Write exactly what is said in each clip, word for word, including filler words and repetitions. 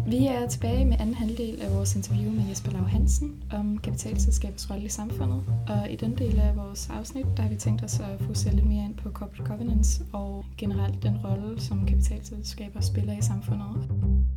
Vi er tilbage med anden halvdel af vores interview med Jesper Lau Hansen om kapitalselskabers rolle i samfundet. Og i den del af vores afsnit, der har vi tænkt os at fokusere lidt mere ind på corporate governance og generelt den rolle, som kapitalselskaber spiller i samfundet.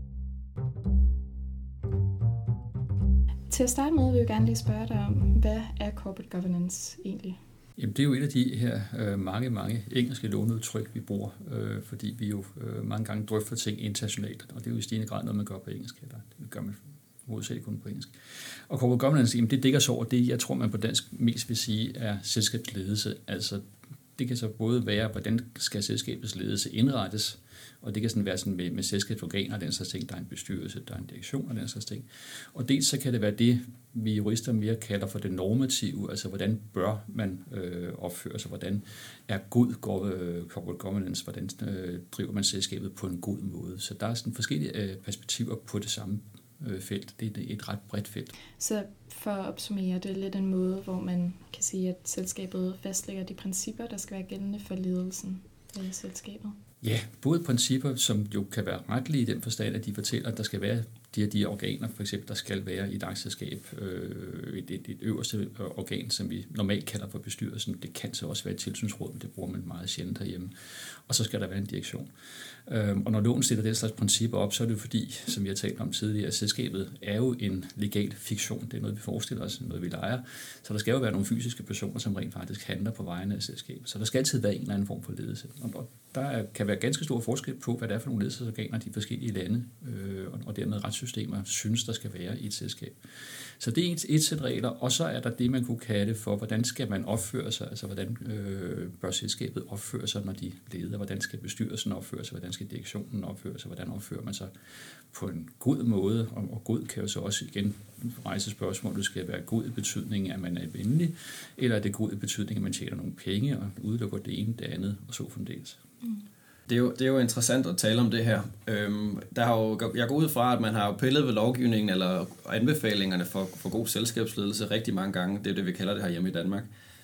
Til at starte med vil jeg gerne lige spørge dig om, hvad er corporate governance egentlig? Jamen, det er jo et af de her øh, mange, mange engelske låneudtryk, vi bruger, øh, fordi vi jo øh, mange gange drøfter ting internationalt, og det er jo i stigende grad noget, man gør på engelsk, eller det gør man hovedsageligt kun på engelsk. Og corporate governance, jamen, det dækker så over det, jeg tror, man på dansk mest vil sige, er selskabsledelse. Altså, det kan så både være, hvordan skal selskabets ledelse indrettes, og det kan sådan være sådan med, med selskabsorganer og den slags ting, der er en bestyrelse, der er en direktion og den slags ting. Og dels så kan det være det, vi jurister mere kalder for det normative, altså hvordan bør man øh, opføre sig, hvordan er god øh, corporate governance, hvordan øh, driver man selskabet på en god måde. Så der er sådan forskellige øh, perspektiver på det samme øh, felt. Det er et ret bredt felt. Så for at opsummere, det er lidt en måde, hvor man kan sige, at selskabet fastlægger de principper, der skal være gældende for ledelsen af selskabet. Ja, både principper, som jo kan være retlige i den forstand, at de fortæller, at der skal være de her de organer, for eksempel, der skal være i et aktieselskab, øh, et, et, et øverste organ, som vi normalt kalder for bestyrelsen. Det kan så også være et tilsynsråd, men det bruger man meget sjældent herhjemme. Og så skal der være en direktion. Øh, og når loven stiller den slags principper op, så er det jo fordi, som vi har talt om tidligere, at selskabet er jo en legal fiktion. Det er noget, vi forestiller os, noget vi leger. Så der skal jo være nogle fysiske personer, som rent faktisk handler på vegne af selskabet. Så der skal altid være en eller anden form for ledelse. Og der kan være ganske stor forskel på, hvad det er for nogle ledelsesorganer, de forskellige lande øh, og dermed retssystemer synes, der skal være i et selskab. Så det er et, et sæt regler, og så er der det, man kunne kalde for, hvordan skal man opføre sig, altså hvordan øh, bør selskabet opføre sig, når de leder, hvordan skal bestyrelsen opføre sig, hvordan skal direktionen opføre sig, hvordan opfører man sig på en god måde, og, og god kan jo så også igen rejse spørgsmål, det skal være god i betydning, at man er venlig, eller er det god i betydning, at man tjener nogle penge, og udelukker det ene, det andet, og så fremdeles. Mm. Det er, jo, det er jo interessant at tale om det her. Øhm, der har jo, jeg går ud fra, at man har jo pillet ved lovgivningen eller anbefalingerne for, for god selskabsledelse rigtig mange gange. Det er det, vi kalder det her hjemme i Danmark.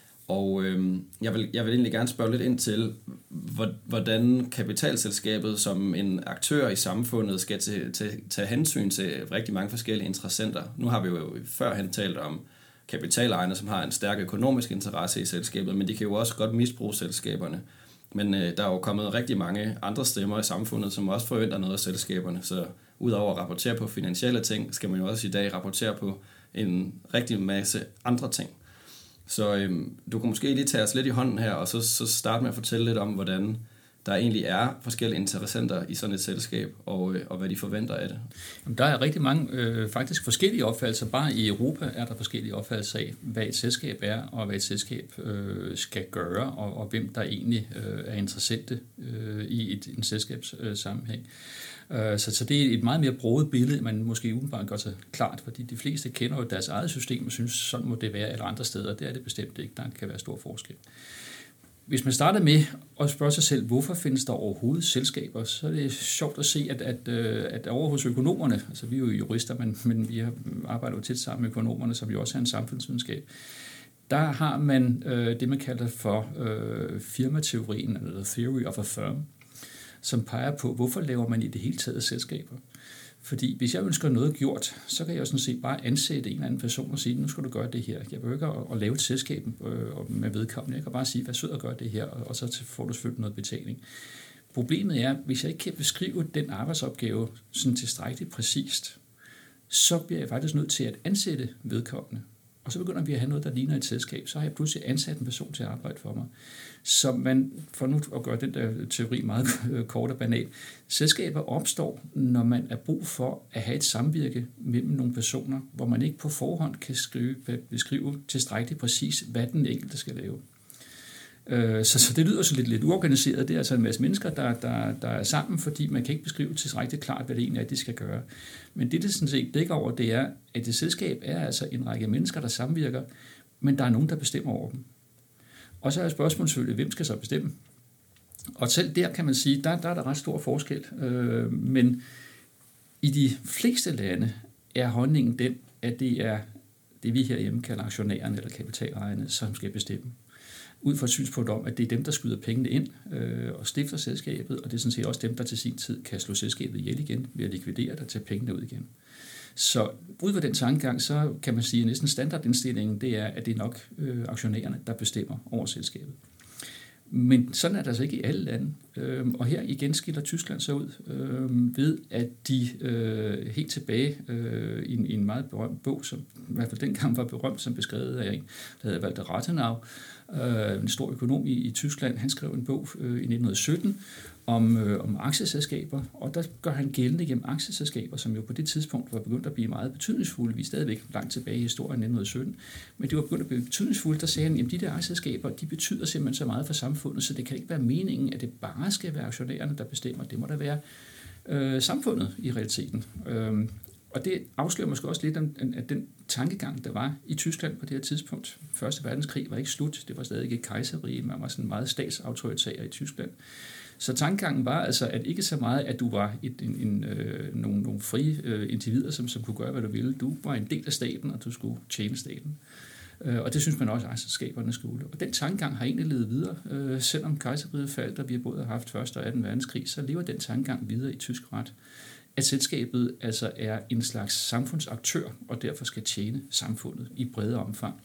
Og øhm, jeg, vil, jeg vil egentlig gerne spørge lidt ind til, hvordan kapitalselskabet som en aktør i samfundet skal til, til, tage hensyn til rigtig mange forskellige interessenter. Nu har vi jo førhen talt om kapitalejerne, som har en stærk økonomisk interesse i selskabet, men de kan jo også godt misbruge selskaberne. Men øh, der er jo kommet rigtig mange andre stemmer i samfundet, som også forventer noget af selskaberne. Så udover at rapportere på finansielle ting, skal man jo også i dag rapportere på en rigtig masse andre ting. Så øh, du kan måske lige tage os lidt i hånden her, og så, så starte med at fortælle lidt om, hvordan der egentlig er forskellige interessenter i sådan et selskab, og, og hvad de forventer af det. Jamen, der er rigtig mange øh, faktisk forskellige opfattelser. Bare i Europa er der forskellige opfattelser af, hvad et selskab er, og hvad et selskab øh, skal gøre, og, og hvem der egentlig øh, er interessante øh, i et, en selskabssammenhæng. Øh, så, så det er et meget mere broget billede, man måske umiddelbart gør sig klart, fordi de fleste kender jo deres eget system og synes, sådan må det være alle andre steder. Det er det bestemt ikke. Der kan være stor forskel. Hvis man starter med at spørge sig selv, hvorfor findes der overhovedet selskaber, så er det sjovt at se, at, at, at over hos økonomerne, altså vi er jo jurister, men, men vi arbejder jo tæt sammen med økonomerne, som jo også er en samfundsvidenskab, der har man øh, det, man kalder for øh, firmateorien, eller theory of a firm, som peger på, hvorfor laver man i det hele taget selskaber. Fordi hvis jeg ønsker noget gjort, så kan jeg jo sådan set bare ansætte en eller anden person og sige, nu skal du gøre det her. Jeg behøver ikke at, at lave et selskab øh, med vedkommende. Jeg kan bare sige, vær sød at gøre det her, og, og så får du selvfølgelig noget betaling. Problemet er, hvis jeg ikke kan beskrive den arbejdsopgave sådan tilstrækkeligt præcist, så bliver jeg faktisk nødt til at ansætte vedkommende. Og så begynder vi at have noget, der ligner et selskab. Så har jeg pludselig ansat en person til at arbejde for mig. Så man, for nu at gøre den der teori meget kort og banal, selskaber opstår, når man er brug for at have et samvirke mellem nogle personer, hvor man ikke på forhånd kan skrive, beskrive tilstrækkeligt præcis, hvad den enkelte skal lave. Så, så det lyder så lidt, lidt uorganiseret. Det er altså en masse mennesker, der, der, der er sammen, fordi man kan ikke beskrive tilstrækkeligt klart, hvad det egentlig er, de skal gøre. Men det, det sådan set dækker over, det er, at et selskab er altså en række mennesker, der samvirker, men der er nogen, der bestemmer over dem. Og så er spørgsmålet selvfølgelig, hvem skal så bestemme? Og selv der kan man sige, der, der er der ret stor forskel. Øh, men i de fleste lande er holdningen den, at det er det, vi herhjemme kalder aktionærerne eller kapitalejerne, som skal bestemme. ud fra et synspunkt om, at det er dem, der skyder pengene ind øh, og stifter selskabet, og det er sådan set også dem, der til sin tid kan slå selskabet ihjel igen ved at likvidere det og tage pengene ud igen. Så ud fra den tankegang, så kan man sige, at næsten standardindstillingen, det er, at det er nok øh, aktionærerne, der bestemmer over selskabet. Men sådan er det altså ikke i alle lande. Øhm, og her igen skiller Tyskland sig ud øh, ved, at de øh, helt tilbage øh, i, en, i en meget berømt bog, som i hvert fald dengang var berømt, som beskrevet af en, der hedder Walter Rathenau, øh, en stor økonom i, i Tyskland. Han skrev en bog øh, i nitten sytten om, øh, om aktieselskaber, og der gør han gældende gennem aktieselskaber, som jo på det tidspunkt var begyndt at blive meget betydningsfulde. Vi er stadigvæk langt tilbage i historien i nitten sytten, men det var begyndt at blive betydningsfulde. Der sagde han, at de der aktieselskaber, de betyder simpelthen så meget for samfundet, så det kan ikke være meningen, at det bare skal være aktionærerne, der bestemmer. Det må da være øh, samfundet i realiteten. Øhm, og det afslører måske også lidt om, at den tankegang, der var i Tyskland på det her tidspunkt. Første verdenskrig var ikke slut, det var stadig ikke et kejserrige, man var sådan meget statsautoritær i Tyskland. Så tankegangen var altså, at ikke så meget, at du var et, en, en, øh, nogle, nogle frie øh, individer, som, som kunne gøre, hvad du ville. Du var en del af staten, og du skulle tjene staten. Øh, og det synes man også, at ejerskaberne skulle. Og den tankegang har egentlig levet videre. Øh, selvom kejserriget faldt, og vi har både haft første og anden verdenskrig, så lever den tankegang videre i tysk ret. At selskabet altså er en slags samfundsaktør, og derfor skal tjene samfundet i bredere omfang.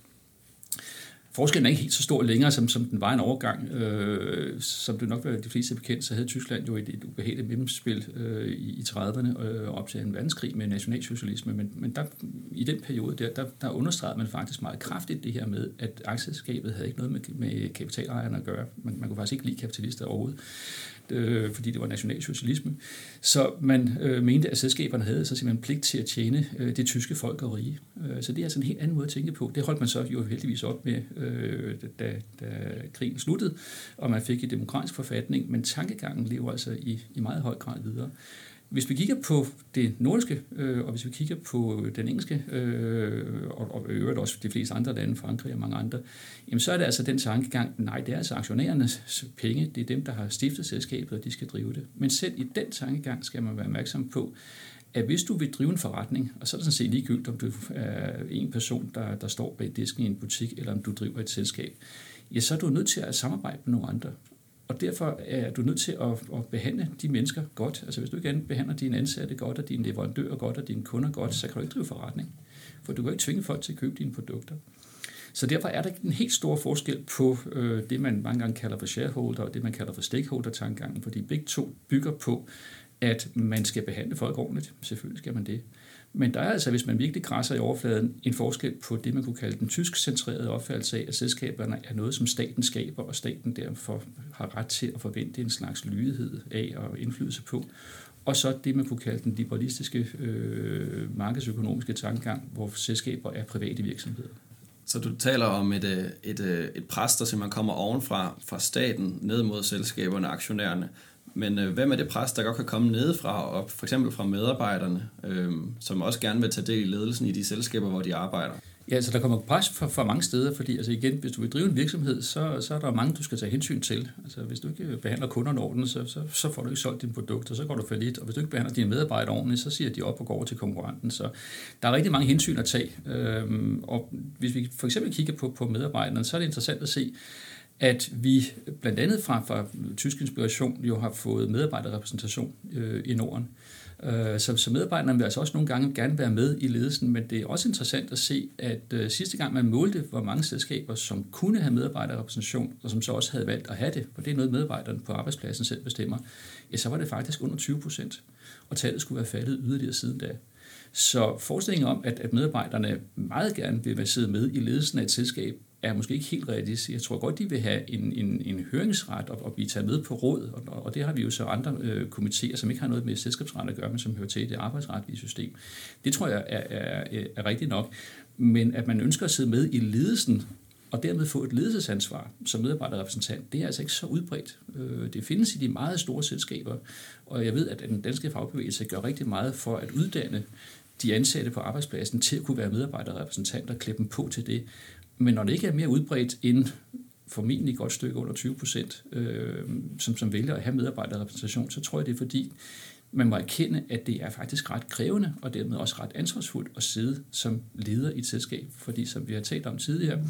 Forskellen er ikke helt så stor længere, som, som den var en overgang. Øh, som det nok var de fleste bekendt, så havde Tyskland jo et, et ubehageligt mellemspil øh, i, i trediverne øh, op til en verdenskrig med nationalsocialisme. Men, men der, i den periode der, der, der understregede man faktisk meget kraftigt det her med, at aktieselskabet havde ikke noget med, med kapitalejerne at gøre. Man, man kunne faktisk ikke lide kapitalister overhovedet, øh, fordi det var nationalsocialisme. Så man øh, mente, at selskaberne havde så simpelthen pligt til at tjene øh, det tyske folk og rige. Øh, så det er altså en helt anden måde at tænke på. Det holdt man så jo heldigvis op med, øh, da, da krigen sluttede, og man fik en demokratisk forfatning, men tankegangen lever altså i, i meget høj grad videre. Hvis vi kigger på det nordiske, øh, og hvis vi kigger på den engelske, øh, og, og øvrigt også de fleste andre lande, Frankrig og mange andre, jamen så er det altså den tankegang, nej, det er altså aktionærernes penge, det er dem, der har stiftet selskabet, og de skal drive det. Men selv i den tankegang skal man være opmærksom på, at hvis du vil drive en forretning, og så er det sådan set ligegyldigt, om du er en person, der, der står bag disken i en butik, eller om du driver et selskab, ja, så er du nødt til at samarbejde med nogle andre. Og derfor er du nødt til at, at behandle de mennesker godt. Altså hvis du ikke behandler dine ansatte godt, og dine leverandører godt, og dine kunder godt, så kan du ikke drive forretning. For du kan ikke tvinge folk til at købe dine produkter. Så derfor er der en helt stor forskel på øh, det, man mange gange kalder for shareholder, og det, man kalder for stakeholder-tankegangen, fordi begge to bygger på, at man skal behandle folk ordentligt. Selvfølgelig skal man det. Men der er altså, hvis man virkelig græsser i overfladen, en forskel på det, man kunne kalde den tysk-centrerede opfattelse af, at selskaberne er noget, som staten skaber, og staten derfor har ret til at forvente en slags lydighed af og indflydelse på. Og så det, man kunne kalde den liberalistiske øh, markedsøkonomiske tankegang, hvor selskaber er private virksomheder. Så du taler om et, et, et, et pres, der simpelthen kommer ovenfra, fra staten ned mod selskaberne og aktionærerne. Men øh, hvad med det pres, der godt kan komme nedefra og op, for eksempel fra medarbejderne, øh, som også gerne vil tage del i ledelsen i de selskaber, hvor de arbejder? Ja, altså der kommer pres fra, fra mange steder, fordi altså igen, hvis du vil drive en virksomhed, så, så er der mange, du skal tage hensyn til. Altså hvis du ikke behandler kunderne ordentligt, så, så, så får du ikke solgt dine produkter, så går du fallit. Og hvis du ikke behandler dine medarbejdere ordentligt, så siger de op og går over til konkurrenten. Så der er rigtig mange hensyn at tage. Øhm, og hvis vi for eksempel kigger på, på medarbejderne, så er det interessant at se, at vi blandt andet fra, fra tysk inspiration jo har fået medarbejderrepræsentation øh, i Norden. Øh, så, så medarbejderne vil altså også nogle gange gerne være med i ledelsen, men det er også interessant at se, at øh, sidste gang man målte, hvor mange selskaber, som kunne have medarbejderrepræsentation, og som så også havde valgt at have det, for det er noget, medarbejderne på arbejdspladsen selv bestemmer, ja, så var det faktisk under tyve procent, og tallet skulle være faldet yderligere siden da. Så forestillingen om, at, at medarbejderne meget gerne vil være sidde med i ledelsen af et selskab, er måske ikke helt realistisk. Jeg tror godt, de vil have en, en, en høringsret og, og blive taget med på råd, og, og det har vi jo så andre øh, komitéer, som ikke har noget med selskabsret at gøre, men som hører til i det arbejdsretlige system. Det tror jeg er, er, er rigtigt nok. Men at man ønsker at sidde med i ledelsen, og dermed få et ledelsesansvar som medarbejderrepræsentant, det er altså ikke så udbredt. Det findes i de meget store selskaber, og jeg ved, at den danske fagbevægelse gør rigtig meget for at uddanne de ansatte på arbejdspladsen til at kunne være medarbejderrepræsentanter og klippe dem på til det. Men når det ikke er mere udbredt end formentlig et godt stykke under tyve procent, øh, som, som vælger at have medarbejderrepræsentation, så tror jeg, det er fordi, man må erkende, at det er faktisk ret krævende, og dermed også ret ansvarsfuldt at sidde som leder i et selskab. Fordi som vi har talt om tidligere,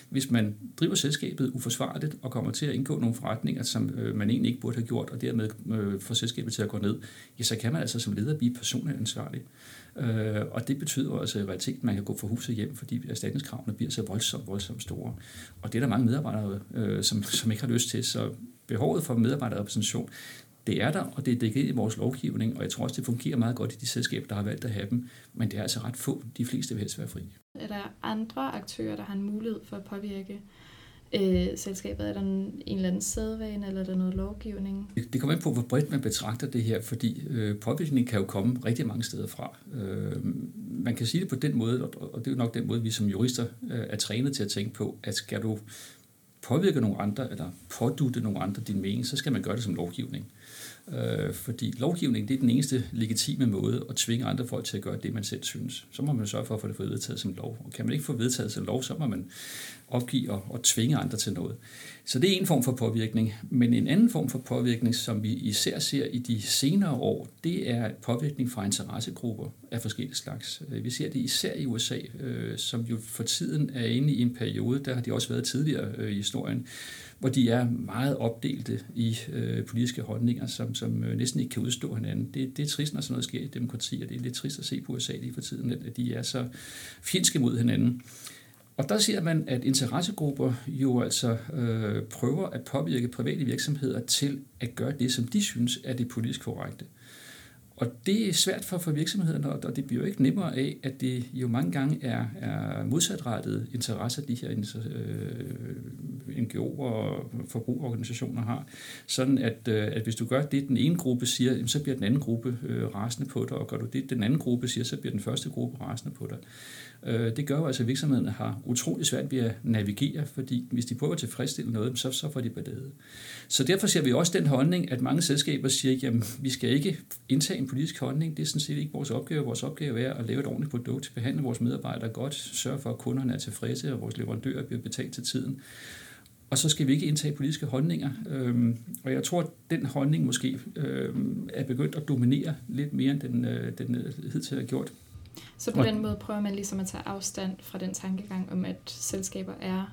hvis man driver selskabet uforsvarligt og kommer til at indgå nogle forretninger, som øh, man egentlig ikke burde have gjort, og dermed øh, får selskabet til at gå ned, ja, så kan man altså som leder blive personligt ansvarlig. Øh, og det betyder altså i realiteten, at man kan gå fra huset hjem, fordi erstatningskravene bliver så voldsomt, voldsomt store. Og det er der mange medarbejdere, øh, som, som ikke har lyst til. Så behovet for medarbejderrepræsentation, det er der, og det er dækket i vores lovgivning, og jeg tror også, det fungerer meget godt i de selskaber, der har valgt at have dem, men det er altså ret få. De fleste vil helst være fri. Er der andre aktører, der har en mulighed for at påvirke øh, selskabet? Er der en, en eller anden sædvane, eller er der noget lovgivning? Det kommer ind på, hvor bredt man betragter det her, fordi øh, påvirkning kan jo komme rigtig mange steder fra. Øh, man kan sige det på den måde, og det er jo nok den måde, vi som jurister øh, er trænet til at tænke på, at skal du påvirke nogle andre, eller pådutte nogle andre din mening, så skal man gøre det som lovgivning. Øh, fordi lovgivning, det er den eneste legitime måde at tvinge andre folk til at gøre det, man selv synes. Så må man sørge for at få det fået vedtaget som lov. Og kan man ikke få vedtaget som lov, så må man opgive og, og tvinge andre til noget. Så det er en form for påvirkning. Men en anden form for påvirkning, som vi især ser i de senere år, det er påvirkning fra interessegrupper af forskellige slags. Vi ser det især i U S A, øh, som jo for tiden er inde i en periode, der har de også været tidligere øh, i historien, hvor de er meget opdelte i øh, politiske holdninger, som, som øh, næsten ikke kan udstå hinanden. Det, det er trist, når sådan noget sker i demokrati, og det er lidt trist at se på U S A lige for tiden, at de er så fjendske mod hinanden. Og der ser man, at interessegrupper jo altså øh, prøver at påvirke private virksomheder til at gøre det, som de synes er det politisk korrekte. Og det er svært for, for virksomhederne, og det bliver jo ikke nemmere af, at det jo mange gange er, er modsatrettede interesser, de her øh, N G O'er og forbrugerorganisationer har. Sådan at, øh, at hvis du gør det, den ene gruppe siger, så bliver den anden gruppe øh, rasende på dig, og gør du det, den anden gruppe siger, så bliver den første gruppe rasende på dig. Øh, det gør jo altså, at virksomhederne har utrolig svært ved at navigere, fordi hvis de prøver at tilfredsstille noget, så, så får de ballade. Så derfor ser vi også den holdning, at mange selskaber siger, jamen vi skal ikke indtage en politisk holdning, det er sådan set ikke vores opgave. Vores opgave er at lave et ordentligt produkt, behandle vores medarbejdere godt, sørge for, at kunderne er tilfredse, og vores leverandører bliver betalt til tiden. Og så skal vi ikke indtage politiske holdninger. Øhm, og jeg tror, at den holdning måske øhm, er begyndt at dominere lidt mere, end den, øh, den hidtil har gjort. Så på den måde prøver man ligesom at tage afstand fra den tankegang om, at selskaber er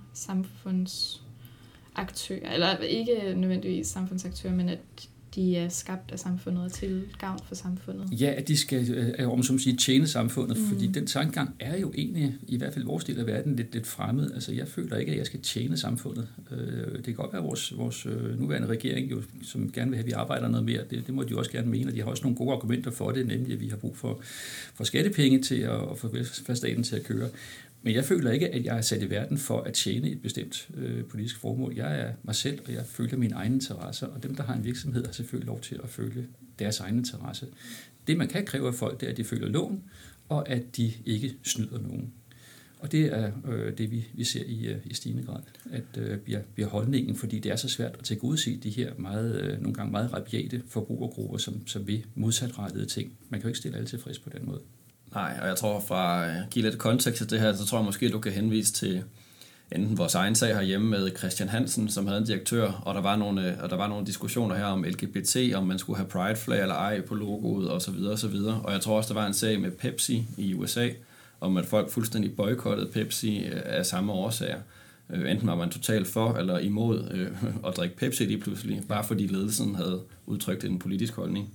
samfundsaktører, eller ikke nødvendigvis samfundsaktører, men at de er skabt af samfundet og til gavn for samfundet. Ja, at de skal, om som sige, tjene samfundet, mm. fordi den tankegang er jo egentlig, i hvert fald vores del af verden, lidt, lidt fremmed. Altså, jeg føler ikke, at jeg skal tjene samfundet. Det kan godt være vores, vores nuværende regering, jo, som gerne vil have, at vi arbejder noget mere. Det, det må de jo også gerne mene, og de har også nogle gode argumenter for det, nemlig at vi har brug for, for skattepenge til at, at få velfærdsstaten til at køre. Men jeg føler ikke, at jeg er sat i verden for at tjene et bestemt øh, politisk formål. Jeg er mig selv, og jeg følger mine egne interesser, og dem, der har en virksomhed, har selvfølgelig lov til at følge deres egne interesser. Det, man kan kræve af folk, det er, at de følger loven, og at de ikke snyder nogen. Og det er øh, det, vi, vi ser i, øh, i stigende grad, at øh, bliver, bliver holdningen, fordi det er så svært at tilgodese de her meget, øh, nogle gange meget rabiate forbrugergrupper, som, som vil modsatrettede ting. Man kan jo ikke stille alle tilfreds på den måde. Nej, og jeg tror, fra at give lidt kontekst til det her, så tror jeg måske, du kan henvise til enten vores egen sag herhjemme med Christian Hansen, som havde en direktør, og der var nogle, og der var nogle diskussioner her om L G B T, om man skulle have pride flag eller ej på logoet, og så videre, og så videre. Og jeg tror også, der var en sag med Pepsi i U S A, om at folk fuldstændig boykottede Pepsi af samme årsager. Enten var man totalt for eller imod øh, at drikke Pepsi lige pludselig, bare fordi ledelsen havde udtrykt en politisk holdning.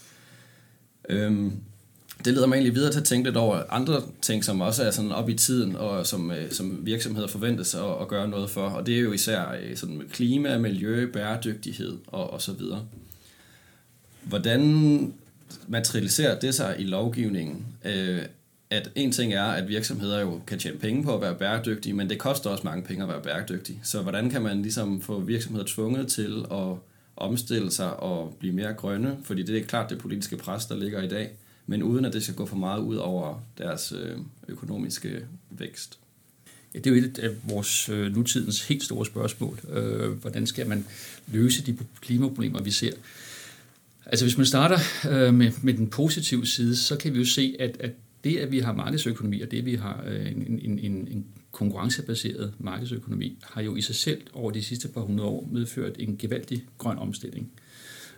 Øhm, Det leder mig egentlig videre til at tænke lidt over andre ting, som også er sådan op i tiden, og som, som virksomheder forventes at, at gøre noget for. Og det er jo især sådan klima, miljø, bæredygtighed og, og så videre. Hvordan materialiserer det sig i lovgivningen? At en ting er, at virksomheder jo kan tjene penge på at være bæredygtige, men det koster også mange penge at være bæredygtig. Så hvordan kan man ligesom få virksomheder tvunget til at omstille sig og blive mere grønne? Fordi det er klart det politiske pres, der ligger i dag, men uden at det skal gå for meget ud over deres økonomiske vækst. Ja, det er jo et af vores nutidens helt store spørgsmål. Hvordan skal man løse de klimaproblemer, vi ser? Altså hvis man starter med, med den positive side, så kan vi jo se, at, at det, at vi har markedsøkonomi, og det, at vi har en, en, en, en konkurrencebaseret markedsøkonomi, har jo i sig selv over de sidste par hundrede år medført en gevaldig grøn omstilling.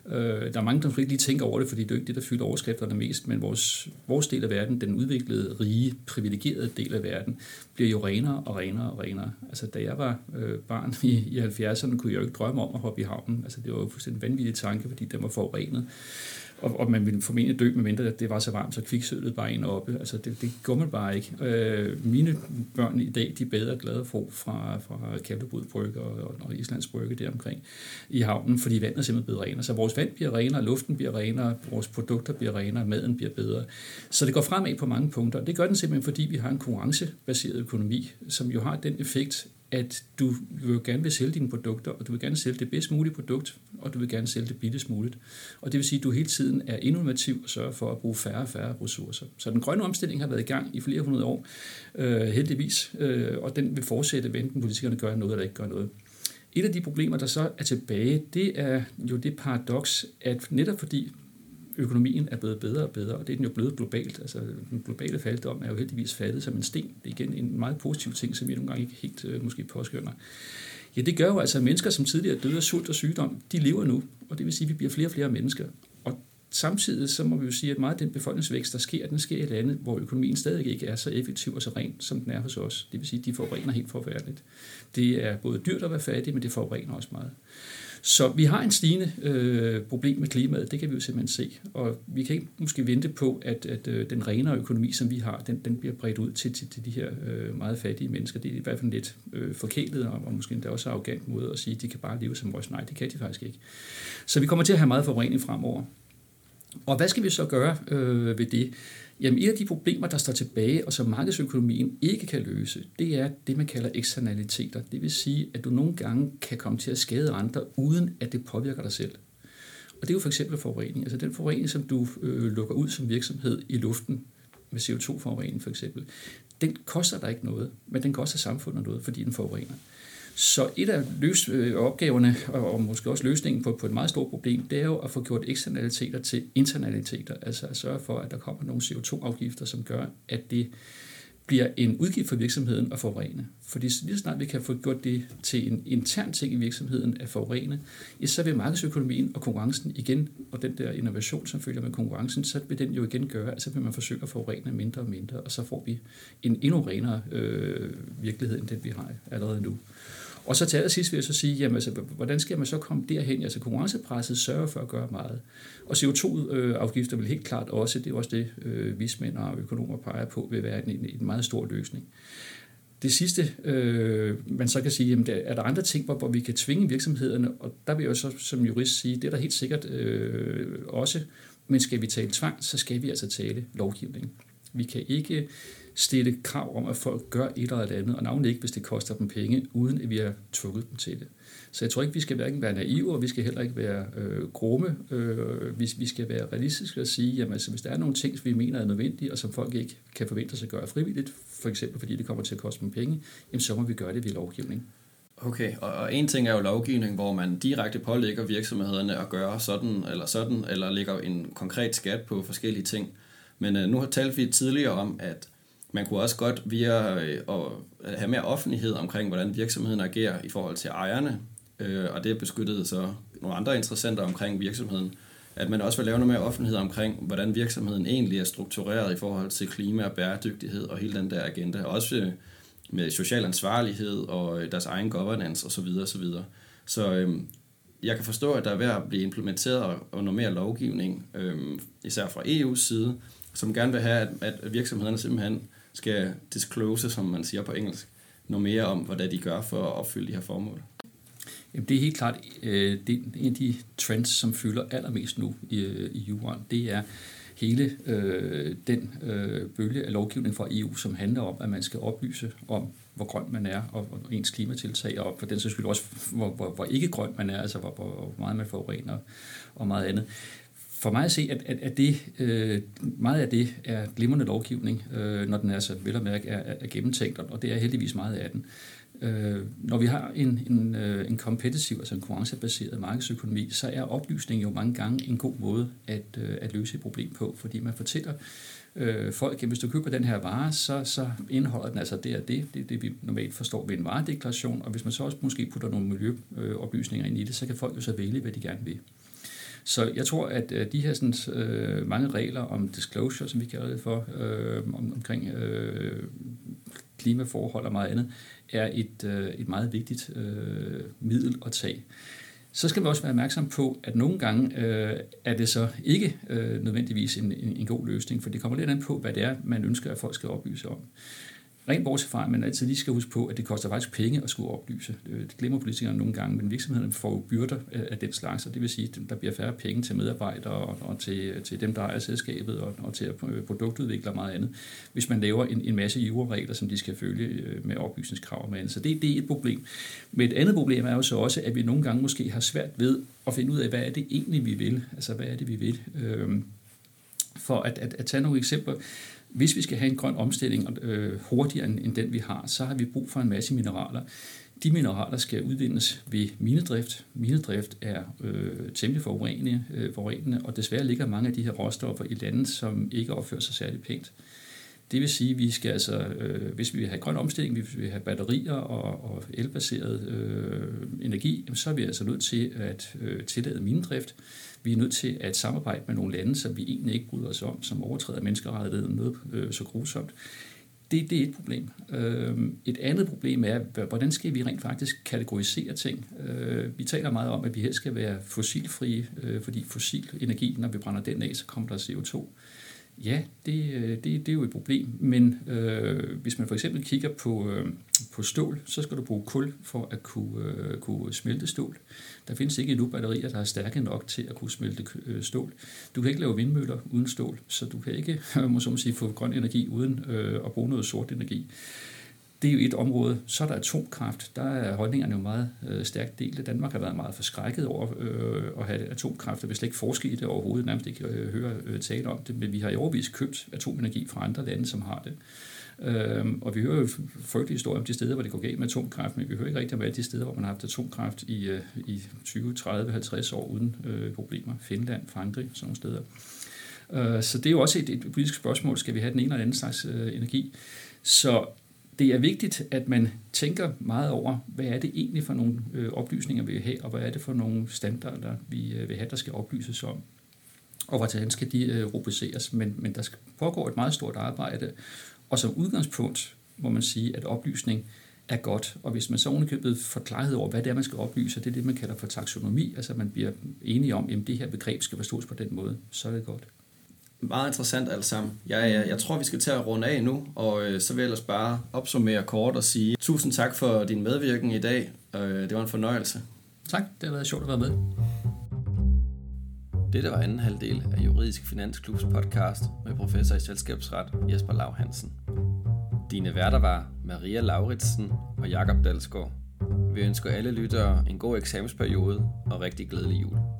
Øh, der er mange, der ikke lige tænker over det, fordi det er ikke det, der fylder overskrifterne mest, men vores, vores del af verden, den udviklede, rige, privilegerede del af verden, bliver jo renere og renere og renere. Altså, da jeg var øh, barn i, i halvfjerdserne, kunne jeg jo ikke drømme om at hoppe i havnen. Altså, det var jo fuldstændig en vanvittig tanke, fordi den var forurenet. Og, og man ville formentlig dø, medmindre det var så varmt, så kviksølvet bare ind oppe. Altså, det, det går man bare ikke. Øh, mine børn i dag, de bader glade for fra, fra Kalvebod Brygge og, og Islands Brygge deromkring i havnen, fordi vandet er simpelthen blevet renere. Så vores vand bliver renere, luften bliver renere, vores produkter bliver renere, maden bliver bedre. Så det går fremad på mange punkter. Det gør den simpelthen, fordi vi har en konkurrencebaseret økonomi, som jo har den effekt, at du vil gerne vil sælge dine produkter, og du vil gerne sælge det bedst mulige produkt, og du vil gerne sælge det billigst muligt. Og det vil sige, at du hele tiden er innovativ og sørger for at bruge færre og færre ressourcer. Så den grønne omstilling har været i gang i flere hundrede år, øh, heldigvis, øh, og den vil fortsætte, hvad enten politikerne gør noget eller ikke gør noget. Et af de problemer, der så er tilbage, det er jo det paradoks, at netop fordi økonomien er blevet bedre og bedre, og det er den jo blevet globalt. Altså, den globale fattigdom er jo heldigvis faldet som en sten. Det er igen en meget positiv ting, som vi nogle gange ikke helt øh, måske påskønner. Ja, det gør jo altså, at mennesker, som tidligere døde af sult og sygdom, de lever nu, og det vil sige, at vi bliver flere og flere mennesker. Og samtidig så må vi jo sige, at meget af den befolkningsvækst, der sker, den sker i lande, hvor økonomien stadig ikke er så effektiv og så ren, som den er hos os. Det vil sige, at de forurener helt forfærdeligt. Det er både dyrt at være fattig, men det forurener også meget. Så vi har en stigende øh, problem med klimaet, det kan vi jo simpelthen se. Og vi kan ikke måske vente på, at, at øh, den renere økonomi, som vi har, den, den bliver bredt ud til, til, til de her øh, meget fattige mennesker. Det er i hvert fald lidt øh, forkælet, og, og måske endda også arrogant måde at sige, at de kan bare leve som os. Nej, det kan de faktisk ikke. Så vi kommer til at have meget forurening fremover. Og hvad skal vi så gøre øh, ved det? Jamen, et af de problemer, der står tilbage, og som markedsøkonomien ikke kan løse, det er det, man kalder eksternaliteter. Det vil sige, at du nogle gange kan komme til at skade andre, uden at det påvirker dig selv. Og det er jo for eksempel forurening. Altså den forurening, som du øh, lukker ud som virksomhed i luften, med C O to forurening for eksempel, den koster dig ikke noget, men den koster samfundet noget, fordi den forurener. Så et af løs, øh, opgaverne, og, og måske også løsningen på, på et meget stort problem, det er jo at få gjort eksternaliteter til internaliteter, altså at sørge for, at der kommer nogle C O to afgifter, som gør, at det bliver en udgift for virksomheden at forurene. Fordi lige snart vi kan få gjort det til en intern ting i virksomheden at forurene, så vil markedsøkonomien og konkurrencen igen, og den der innovation, som følger med konkurrencen, så vil den jo igen gøre, at så vil man forsøge at forurene mindre og mindre, og så får vi en endnu renere øh, virkelighed, end den vi har allerede nu. Og så til allersidst vil jeg så sige, jamen, altså, hvordan skal man så komme derhen? Altså konkurrencepresset sørger for at gøre meget. Og C O to afgifter vil helt klart også, det er også det, øh, vismænd og økonomer peger på, vil være en, en meget stor løsning. Det sidste, øh, man så kan sige, jamen, der, er der andre ting, hvor, hvor vi kan tvinge virksomhederne, og der vil jeg jo så som jurist sige, det er der helt sikkert øh, også, men skal vi tale tvang, så skal vi altså tale lovgivning. Vi kan ikke stille krav om, at folk gør et eller andet, og navnlig ikke, hvis det koster dem penge, uden at vi har tvunget dem til det. Så jeg tror ikke, vi skal hverken være naive, og vi skal heller ikke være øh, grumme. Øh, vi, vi skal være realistiske og sige, jamen, altså, hvis der er nogle ting, som vi mener er nødvendige, og som folk ikke kan forvente sig at gøre frivilligt, for eksempel fordi det kommer til at koste dem penge, jamen, så må vi gøre det ved lovgivning. Okay, og, og en ting er jo lovgivning, hvor man direkte pålægger virksomhederne at gøre sådan eller sådan, eller lægger en konkret skat på forskellige ting. Men øh, nu har talt vi tidligere om, at man kunne også godt via øh, at have mere offentlighed omkring, hvordan virksomheden agerer i forhold til ejerne, øh, og det beskyttede så nogle andre interessenter omkring virksomheden, at man også vil lave noget mere offentlighed omkring, hvordan virksomheden egentlig er struktureret i forhold til klima og bæredygtighed og hele den der agenda, også øh, med social ansvarlighed og øh, deres egen governance osv. osv. Så øh, jeg kan forstå, at der er ved at blive implementeret og noget mere lovgivning, øh, især fra E U's side, som gerne vil have, at, at virksomhederne simpelthen skal disclose, som man siger på engelsk, noget mere om, hvad de gør for at opfylde de her formål. Jamen, det er helt klart, øh, det er en af de trends, som fylder allermest nu i, i juraen. Det er hele øh, den øh, bølge af lovgivning fra E U, som handler om, at man skal oplyse om, hvor grøn man er, og, og ens klimatiltag, og for den sags skyld også, hvor, hvor, hvor ikke grøn man er, altså hvor, hvor meget man forurener og meget andet. For mig at se, at, at, at det, øh, meget af det er glimrende lovgivning, øh, når den er så vel at mærke er, er gennemtænkt, og det er heldigvis meget af den. Øh, når vi har en, en, en kompetitiv, altså en konkurrencebaseret markedsøkonomi, så er oplysning jo mange gange en god måde at, at løse et problem på, fordi man fortæller øh, folk, at hvis du køber den her vare, så, så indeholder den altså det og det, det er det, vi normalt forstår ved en varedeklaration, og hvis man så også måske putter nogle miljøoplysninger ind i det, så kan folk jo så vælge, hvad de gerne vil. Så jeg tror, at de her sådan, øh, mange regler om disclosure, som vi kalder det for, øh, om, omkring øh, klimaforhold og meget andet, er et, øh, et meget vigtigt øh, middel at tage. Så skal vi også være opmærksom på, at nogle gange øh, er det så ikke øh, nødvendigvis en, en, en god løsning, for det kommer lidt an på, hvad det er, man ønsker, at folk skal oplyse om. Rent bortset fra, at man altid lige skal huske på, at det koster faktisk penge at skulle oplyse. Det glemmer politikerne nogle gange, men virksomhederne får byrder af den slags, og det vil sige, at der bliver færre penge til medarbejdere og, og til, til dem, der ejer selskabet og, og til produktudvikle og meget andet, hvis man laver en, en masse juraregler, som de skal følge med oplysningskrav og med andet. Så det, det er et problem. Men et andet problem er jo så også, at vi nogle gange måske har svært ved at finde ud af, hvad er det egentlig, vi vil? Altså, hvad er det, vi vil? Øhm, for at, at, at tage nogle eksempler. Hvis vi skal have en grøn omstilling øh, hurtigere end, end den, vi har, så har vi brug for en masse mineraler. De mineraler skal udvindes ved minedrift. Minedrift er øh, temmelig forurenende, øh, forurenende, og desværre ligger mange af de her råstoffer i lande, som ikke opfører sig særlig pænt. Det vil sige, at vi skal altså, øh, hvis vi vil have grøn omstilling, hvis vi vil have batterier og, og elbaseret øh, energi, så er vi altså nødt til at øh, tillade minedrift. Vi er nødt til at samarbejde med nogle lande, som vi egentlig ikke bryder os om, som overtræder menneskerettigheden noget øh, så grusomt. Det, det er et problem. Øh, et andet problem er, hvordan skal vi rent faktisk kategorisere ting? Øh, vi taler meget om, at vi helst skal være fossilfrie, øh, fordi fossil energi, når vi brænder den af, så kommer der C O to. Ja, det, det, det er jo et problem, men øh, hvis man for eksempel kigger på, øh, på stål, så skal du bruge kul for at kunne, øh, kunne smelte stål. Der findes ikke endnu batterier, der er stærke nok til at kunne smelte øh, stål. Du kan ikke lave vindmøller uden stål, så du kan ikke må så sige, få grøn energi uden øh, at bruge noget sort energi. Det er jo et område. Så er der atomkraft. Der er holdningerne jo meget øh, stærkt delte. Danmark har været meget forskrækket over øh, at have atomkraft, og vi slet ikke forske i det overhovedet, nærmest ikke øh, høre øh, tale om det, men vi har i overvis købt atomenergi fra andre lande, som har det. Øh, og vi hører jo frygtelige historier om de steder, hvor det går galt med atomkraft, men vi hører ikke rigtig om alle de steder, hvor man har haft atomkraft i, øh, i tyve, tredive, halvtreds år uden øh, problemer. Finland, Frankrig, sådan nogle steder. Øh, så det er jo også et, et politisk spørgsmål. Skal vi have den ene eller anden slags øh, energi? Så det er vigtigt, at man tænker meget over, hvad er det egentlig for nogle øh, oplysninger, vi vil have, og hvad er det for nogle standarder, vi øh, vil have, der skal oplyses om, og hvordan skal de øh, rubriceres. Men, men der skal pågå et meget stort arbejde, og som udgangspunkt må man sige, at oplysning er godt, og hvis man så ovenikøbet får klarhed over, hvad det er, man skal oplyse, det er det, man kalder for taksonomi, altså man bliver enige om, at det her begreb skal forstås på den måde, så er det godt. Meget interessant alt sammen. Jeg, jeg, jeg tror, vi skal til at runde af nu, og øh, så vil jeg ellers bare opsummere kort og sige tusind tak for din medvirken i dag. Øh, det var en fornøjelse. Tak, det har været sjovt at være med. Dette var anden halvdel af Juridisk Finansklubs podcast med professor i selskabsret Jesper Lau Hansen. Dine værter var Maria Lauritsen og Jakob Dalsgaard. Vi ønsker alle lyttere en god eksamensperiode og rigtig glædelig jul.